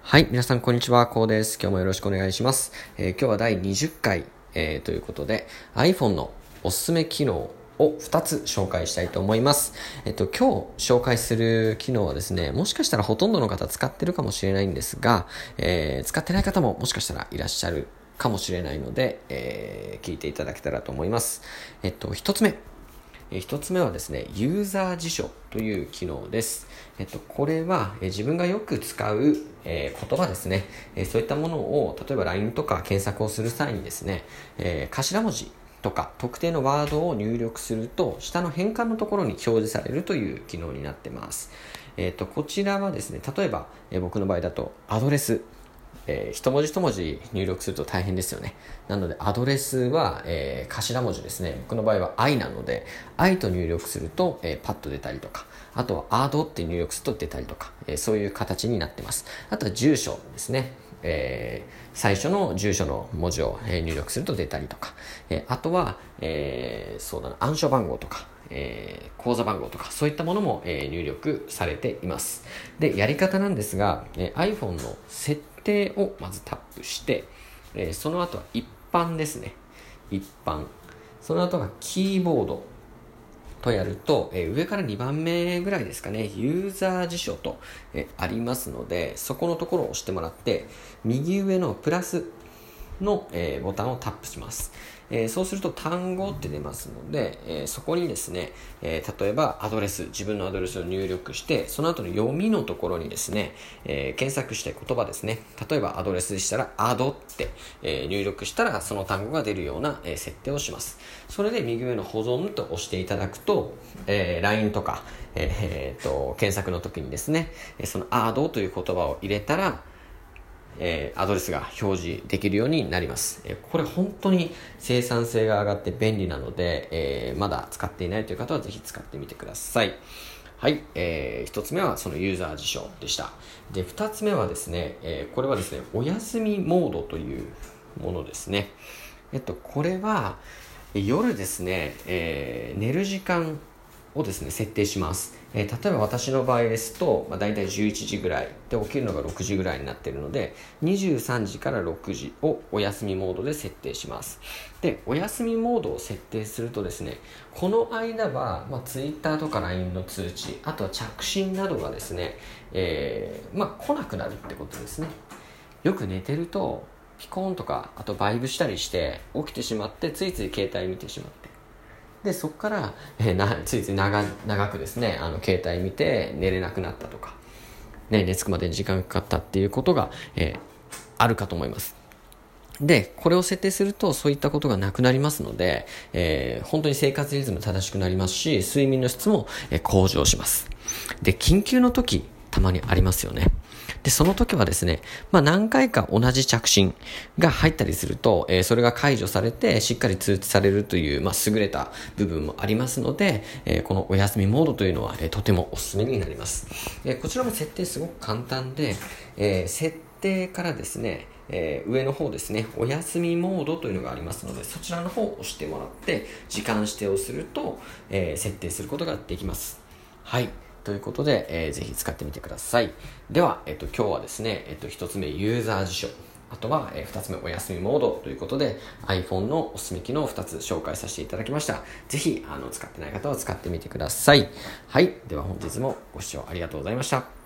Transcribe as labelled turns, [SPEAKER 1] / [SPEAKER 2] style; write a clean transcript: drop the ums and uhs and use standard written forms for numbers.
[SPEAKER 1] はい、皆さんこんにちは、こうです。今日もよろしくお願いします。今日は第20回、ということで iPhone のおすすめ機能を2つ紹介したいと思います。今日紹介する機能はですね、もしかしたらほとんどの方使ってるかもしれないんですが、使ってない方ももしかしたらいらっしゃるかもしれないので、聞いていただけたらと思います。一つ目はですね、ユーザー辞書という機能です。これは、自分がよく使う、言葉ですね、そういったものを例えば LINE とか検索をする際にですね、頭文字とか特定のワードを入力すると下の変換のところに表示されるという機能になっています。こちらはですね、例えば、僕の場合だとアドレス、一文字一文字入力すると大変ですよね。なのでアドレスは、頭文字ですね。僕の場合は I なので I と入力すると、パッと出たりとか、あとは AD って入力すると出たりとか、そういう形になってます。あとは住所ですね。最初の住所の文字を、入力すると出たりとか、あとは、暗証番号とか、口座番号とかそういったものも、入力されています。で、やり方なんですが、iPhone の設定をまずタップして、その後は一般ですね。一般。その後がキーボードとやると、上から2番目ぐらいですかね、ユーザー辞書と、ありますので、そこのところを押してもらって、右上のプラスの、ボタンをタップします。そうすると単語って出ますので、そこにですね、例えばアドレス、自分のアドレスを入力して、その後の読みのところにですね、検索したい言葉ですね、例えばアドレスでしたら AD って、入力したらその単語が出るような、設定をします。それで右上の保存と押していただくと、LINE とか、検索の時にですね、その AD という言葉を入れたらアドレスが表示できるようになります。これ本当に生産性が上がって便利なので、まだ使っていないという方はぜひ使ってみてください。はい、一つ目はそのユーザー辞書でした。で、二つ目はですね、これはですね、お休みモードというものですね。これは夜ですね、寝る時間をですね設定します。例えば私の場合ですと、だいたい11時ぐらいで起きるのが6時ぐらいになっているので、23時から6時をお休みモードで設定します。で、お休みモードを設定するとですね、この間は、Twitter とか LINE の通知、あとは着信などがですね、来なくなるってことですね。よく寝てるとピコーンとか、あとバイブしたりして起きてしまって、ついつい携帯見てしまって、でそこから、ついつい長くですね、携帯見て寝れなくなったとか、寝つくまでに時間がかかったっていうことが、あるかと思います。で、これを設定するとそういったことがなくなりますので、本当に生活リズム正しくなりますし、睡眠の質も、向上します。で、緊急の時たまにありますよね。で、その時はですね、何回か同じ着信が入ったりすると、それが解除されてしっかり通知されるという、優れた部分もありますので、このお休みモードというのは、とてもおすすめになります。こちらも設定すごく簡単で、設定からですね、上の方ですね、お休みモードというのがありますので、そちらの方を押してもらって時間指定をすると、設定することができます。はい、ということで、ぜひ使ってみてください。では、今日はですね、1つ目ユーザー辞書、あとは、2つ目お休みモードということで iPhone のおすすめ機能を2つ紹介させていただきました。ぜひ使ってない方は使ってみてください。はい、では本日もご視聴ありがとうございました。